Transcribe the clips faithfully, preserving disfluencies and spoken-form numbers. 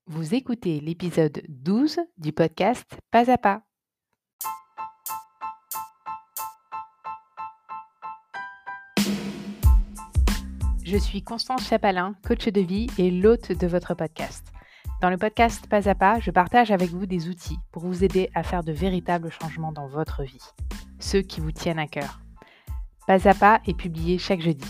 Vous écoutez l'épisode douze du podcast Pas à pas. Je suis Constance Chapalin, coach de vie et l'hôte de votre podcast. Dans le podcast Pas à pas, je partage avec vous des outils pour vous aider à faire de véritables changements dans votre vie, ceux qui vous tiennent à cœur. Pas à pas est publié chaque jeudi.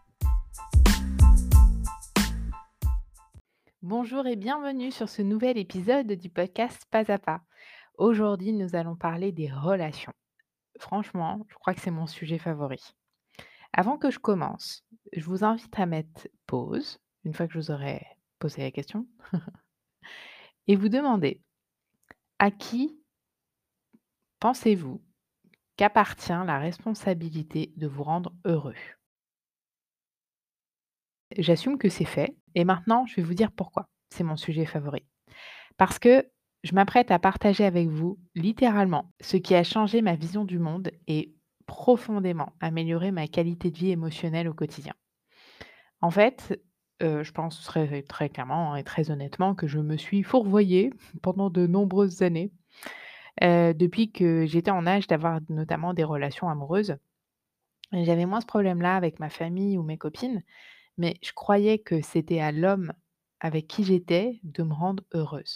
Bonjour et bienvenue sur ce nouvel épisode du podcast Pas à pas. Aujourd'hui, nous allons parler des relations. Franchement, je crois que c'est mon sujet favori. Avant que je commence, je vous invite à mettre pause, une fois que je vous aurai posé la question, et vous demander à qui pensez-vous qu'appartient la responsabilité de vous rendre heureux? J'assume que c'est fait et maintenant je vais vous dire pourquoi c'est mon sujet favori. Parce que je m'apprête à partager avec vous littéralement ce qui a changé ma vision du monde et profondément amélioré ma qualité de vie émotionnelle au quotidien. En fait, heu, je pense très très clairement et très honnêtement que je me suis fourvoyée pendant de nombreuses années, heu, depuis que j'étais en âge d'avoir notamment des relations amoureuses. Et j'avais moins ce problème-là avec ma famille ou mes copines, mais je croyais que c'était à l'homme avec qui j'étais de me rendre heureuse.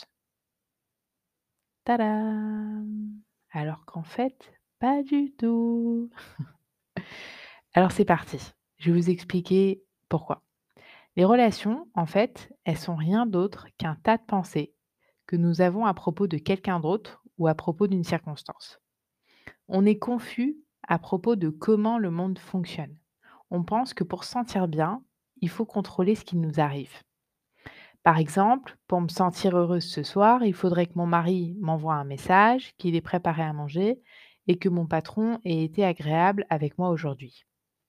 Tadam! Alors qu'en fait, pas du tout. Alors c'est parti, je vais vous expliquer pourquoi. Les relations, en fait, elles sont rien d'autre qu'un tas de pensées que nous avons à propos de quelqu'un d'autre ou à propos d'une circonstance. On est confus à propos de comment le monde fonctionne. On pense que pour se sentir bien, il faut contrôler ce qui nous arrive. Par exemple, pour me sentir heureuse ce soir, il faudrait que mon mari m'envoie un message, qu'il ait préparé à manger et que mon patron ait été agréable avec moi aujourd'hui.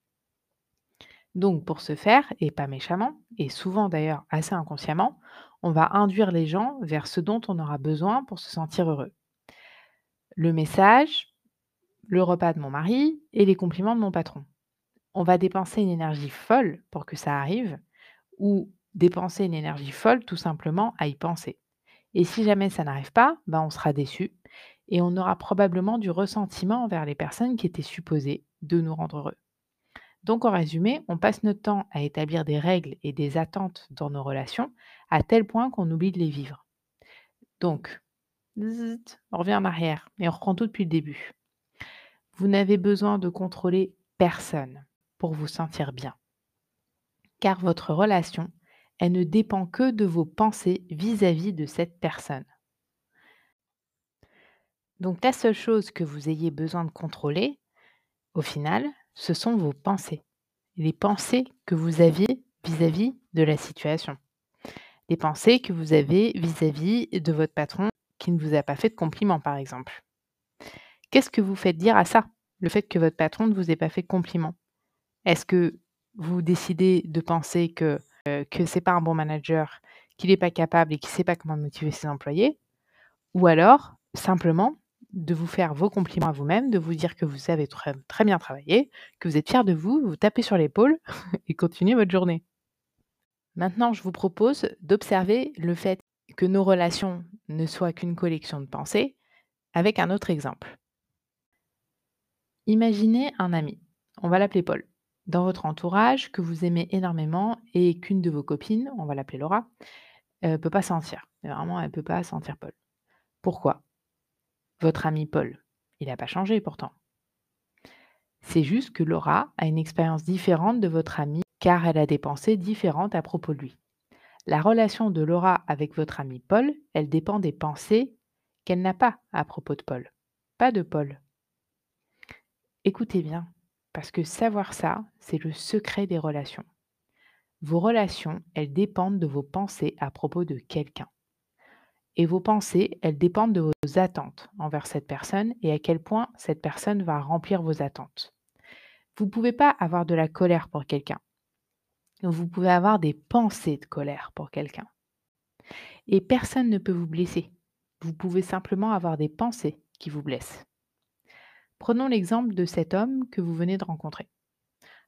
Donc, pour ce faire, et pas méchamment, et souvent d'ailleurs assez inconsciemment, on va induire les gens vers ce dont on aura besoin pour se sentir heureux. Le message, le repas de mon mari et les compliments de mon patron. On va dépenser une énergie folle pour que ça arrive, ou dépenser une énergie folle tout simplement à y penser. Et si jamais ça n'arrive pas, ben on sera déçu et on aura probablement du ressentiment envers les personnes qui étaient supposées de nous rendre heureux. Donc, en résumé, on passe notre temps à établir des règles et des attentes dans nos relations à tel point qu'on oublie de les vivre. Donc, zzt, on revient en arrière et on reprend tout depuis le début. Vous n'avez besoin de contrôler personne pour vous sentir bien, car votre relation, elle ne dépend que de vos pensées vis-à-vis de cette personne. Donc, la seule chose que vous ayez besoin de contrôler, au final, ce sont vos pensées. Les pensées que vous aviez vis-à-vis de la situation. Les pensées que vous avez vis-à-vis de votre patron qui ne vous a pas fait de compliments, par exemple. Qu'est-ce que vous faites dire à ça, le fait que votre patron ne vous ait pas fait de compliments? Est-ce que vous décidez de penser que, heu, que c'est pas un bon manager, qu'il n'est pas capable et qu'il ne sait pas comment motiver ses employés? Ou alors, simplement, de vous faire vos compliments à vous-même, de vous dire que vous avez très très bien travaillé, que vous êtes fier de vous, vous tapez sur l'épaule et continuez votre journée? Maintenant, je vous propose d'observer le fait que nos relations ne soient qu'une collection de pensées avec un autre exemple. Imaginez un ami, on va l'appeler Paul, dans votre entourage que vous aimez énormément et qu'une de vos copines, on va l'appeler Laura, ne peut pas sentir. Mais vraiment, elle ne peut pas sentir Paul. Pourquoi? Votre ami Paul, il n'a pas changé pourtant. C'est juste que Laura a une expérience différente de votre ami car elle a des pensées différentes à propos de lui. La relation de Laura avec votre ami Paul, elle dépend des pensées qu'elle n'a pas à propos de Paul, pas de Paul. Écoutez bien, parce que savoir ça, c'est le secret des relations. Vos relations, elles dépendent de vos pensées à propos de quelqu'un. Et vos pensées, elles dépendent de vos attentes envers cette personne et à quel point cette personne va remplir vos attentes. Vous ne pouvez pas avoir de la colère pour quelqu'un. Vous pouvez avoir des pensées de colère pour quelqu'un. Et personne ne peut vous blesser. Vous pouvez simplement avoir des pensées qui vous blessent. Prenons l'exemple de cet homme que vous venez de rencontrer.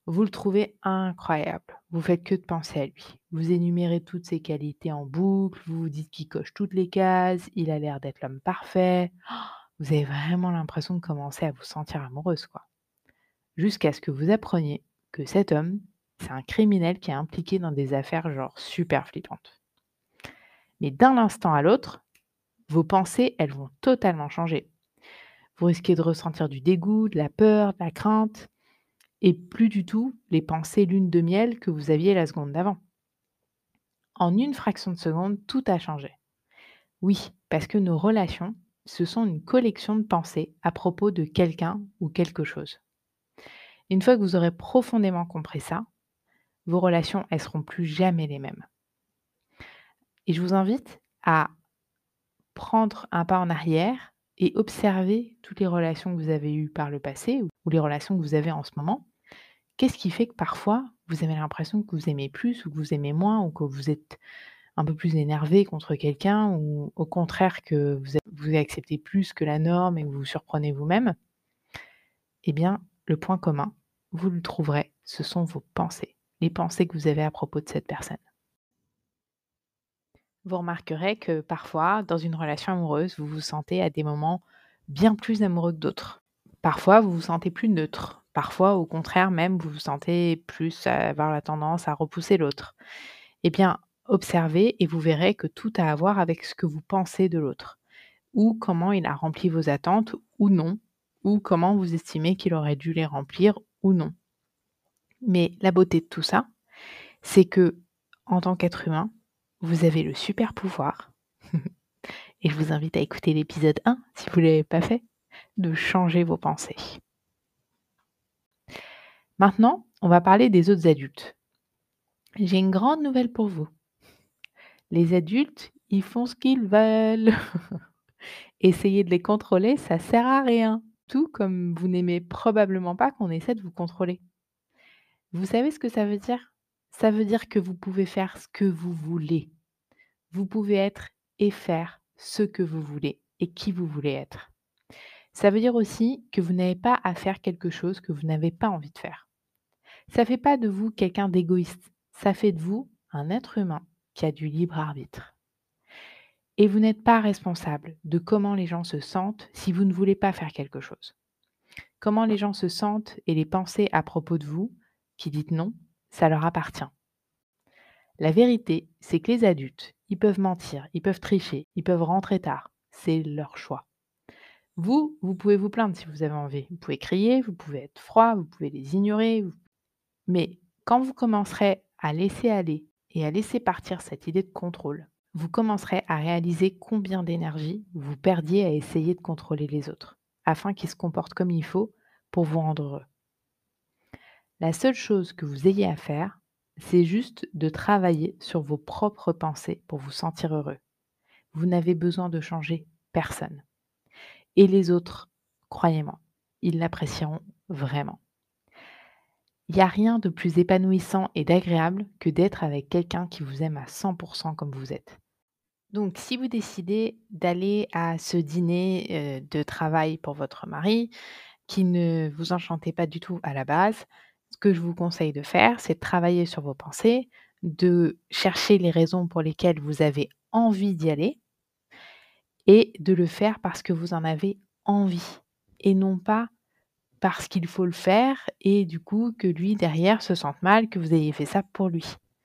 Vous le trouvez incroyable. Vous faites que de penser à lui. Vous énumérez toutes ses qualités en boucle, vous vous dites qu'il coche toutes les cases, il a l'air d'être l'homme parfait. Vous avez vraiment l'impression de commencer à vous sentir amoureuse, quoi. Jusqu'à ce que vous appreniez que cet homme, c'est un criminel qui est impliqué dans des affaires genre super flippantes. Mais d'un instant à l'autre, vos pensées, elles vont totalement changer. Vous risquez de ressentir du dégoût, de la peur, de la crainte, et plus du tout les pensées lune de miel que vous aviez la seconde d'avant. En une fraction de seconde, tout a changé. Oui, parce que nos relations, ce sont une collection de pensées à propos de quelqu'un ou quelque chose. Une fois que vous aurez profondément compris ça, vos relations, elles seront plus jamais les mêmes. Et je vous invite à prendre un pas en arrière et observer toutes les relations que vous avez eues par le passé ou les relations que vous avez en ce moment. Qu'est-ce qui fait que parfois, vous avez l'impression que vous aimez plus ou que vous aimez moins ou que vous êtes un peu plus énervé contre quelqu'un ou au contraire que vous a vous acceptez plus que la norme et que vous vous surprenez vous-même? Eh bien, le point commun, vous le trouverez, ce sont vos pensées, les pensées que vous avez à propos de cette personne. Vous remarquerez que parfois, dans une relation amoureuse, vous vous sentez à des moments bien plus amoureux que d'autres. Parfois, vous vous sentez plus neutre. Parfois, au contraire, même, vous vous sentez plus à avoir la tendance à repousser l'autre. Eh bien, observez et vous verrez que tout a à voir avec ce que vous pensez de l'autre, ou comment il a rempli vos attentes ou non, ou comment vous estimez qu'il aurait dû les remplir ou non. Mais la beauté de tout ça, c'est que, en tant qu'être humain, vous avez le super pouvoir, et je vous invite à écouter l'épisode un si vous ne l'avez pas fait, de changer vos pensées. Maintenant, on va parler des autres adultes. J'ai une grande nouvelle pour vous. Les adultes, ils font ce qu'ils veulent. Essayer de les contrôler, ça sert à rien. Tout comme vous n'aimez probablement pas qu'on essaie de vous contrôler. Vous savez ce que ça veut dire? Ça veut dire que vous pouvez faire ce que vous voulez. Vous pouvez être et faire ce que vous voulez et qui vous voulez être. Ça veut dire aussi que vous n'avez pas à faire quelque chose que vous n'avez pas envie de faire. Ça fait pas de vous quelqu'un d'égoïste. Ça fait de vous un être humain qui a du libre arbitre. Et vous n'êtes pas responsable de comment les gens se sentent si vous ne voulez pas faire quelque chose. Comment les gens se sentent et les pensées à propos de vous, qui dites non, ça leur appartient. La vérité, c'est que les adultes, ils peuvent mentir, ils peuvent tricher, ils peuvent rentrer tard. C'est leur choix. Vous, vous pouvez vous plaindre si vous avez envie. Vous pouvez crier, vous pouvez être froid, vous pouvez les ignorer. vous- Mais quand vous commencerez à laisser aller et à laisser partir cette idée de contrôle, vous commencerez à réaliser combien d'énergie vous perdiez à essayer de contrôler les autres, afin qu'ils se comportent comme il faut pour vous rendre heureux. La seule chose que vous ayez à faire, c'est juste de travailler sur vos propres pensées pour vous sentir heureux. Vous n'avez besoin de changer personne. Et les autres, croyez-moi, ils l'apprécieront vraiment. Il n'y a rien de plus épanouissant et d'agréable que d'être avec quelqu'un qui vous aime à cent pour cent comme vous êtes. Donc, si vous décidez d'aller à ce dîner euh, de travail pour votre mari, qui ne vous enchantait pas du tout à la base, ce que je vous conseille de faire, c'est de travailler sur vos pensées, de chercher les raisons pour lesquelles vous avez envie d'y aller et de le faire parce que vous en avez envie et non pas parce qu'il faut le faire et du coup que lui derrière se sente mal que vous ayez fait ça pour lui.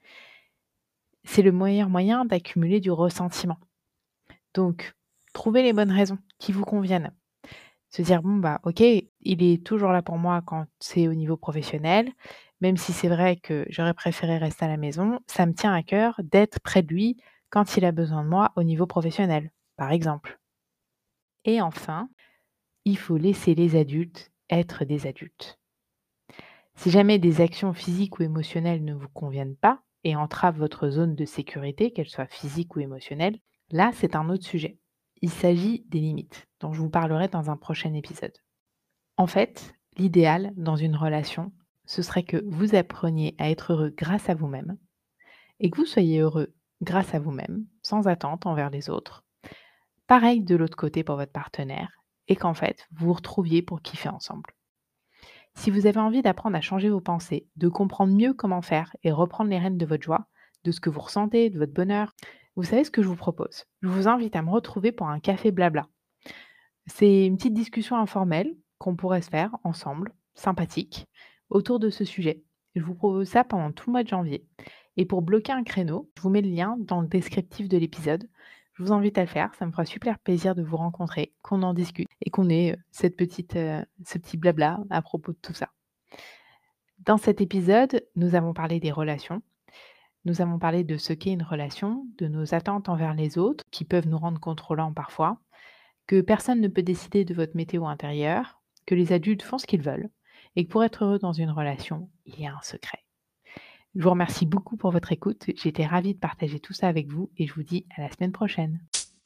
C'est le meilleur moyen d'accumuler du ressentiment. Donc, trouvez les bonnes raisons qui vous conviennent. Se dire: «Bon, bah, OK, il est toujours là pour moi quand c'est au niveau professionnel, même si c'est vrai que j'aurais préféré rester à la maison, ça me tient à cœur d'être près de lui quand il a besoin de moi au niveau professionnel», par exemple. Et enfin, il faut laisser les adultes être des adultes. Si jamais des actions physiques ou émotionnelles ne vous conviennent pas et entravent votre zone de sécurité, qu'elle soit physique ou émotionnelle, là, c'est un autre sujet. Il s'agit des limites, dont je vous parlerai dans un prochain épisode. En fait, l'idéal dans une relation, ce serait que vous appreniez à être heureux grâce à vous-même et que vous soyez heureux grâce à vous-même, sans attente envers les autres. Pareil de l'autre côté pour votre partenaire et qu'en fait, vous vous retrouviez pour kiffer ensemble. Si vous avez envie d'apprendre à changer vos pensées, de comprendre mieux comment faire et reprendre les rênes de votre joie, de ce que vous ressentez, de votre bonheur, vous savez ce que je vous propose? Je vous invite à me retrouver pour un café blabla. C'est une petite discussion informelle qu'on pourrait se faire ensemble, sympathique, autour de ce sujet. Je vous propose ça pendant tout le mois de janvier. Et pour bloquer un créneau, je vous mets le lien dans le descriptif de l'épisode. Je vous invite à le faire, ça me fera super plaisir de vous rencontrer, qu'on en discute et qu'on ait euh, cette petite, euh, ce petit blabla à propos de tout ça. Dans cet épisode, nous avons parlé des relations, nous avons parlé de ce qu'est une relation, de nos attentes envers les autres, qui peuvent nous rendre contrôlants parfois, que personne ne peut décider de votre météo intérieure, que les adultes font ce qu'ils veulent, et que pour être heureux dans une relation, il y a un secret. Je vous remercie beaucoup pour votre écoute, j'étais ravie de partager tout ça avec vous et je vous dis à la semaine prochaine.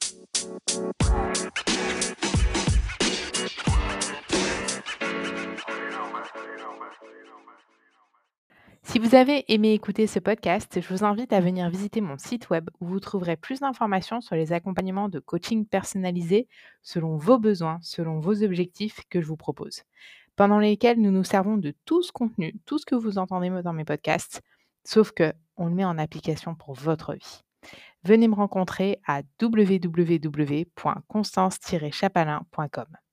Si vous avez aimé écouter ce podcast, je vous invite à venir visiter mon site web où vous trouverez plus d'informations sur les accompagnements de coaching personnalisés selon vos besoins, selon vos objectifs que je vous propose, pendant lesquels nous nous servons de tout ce contenu, tout ce que vous entendez dans mes podcasts, sauf que on le met en application pour votre vie. Venez me rencontrer à w w w point constance tiret chapalin point com.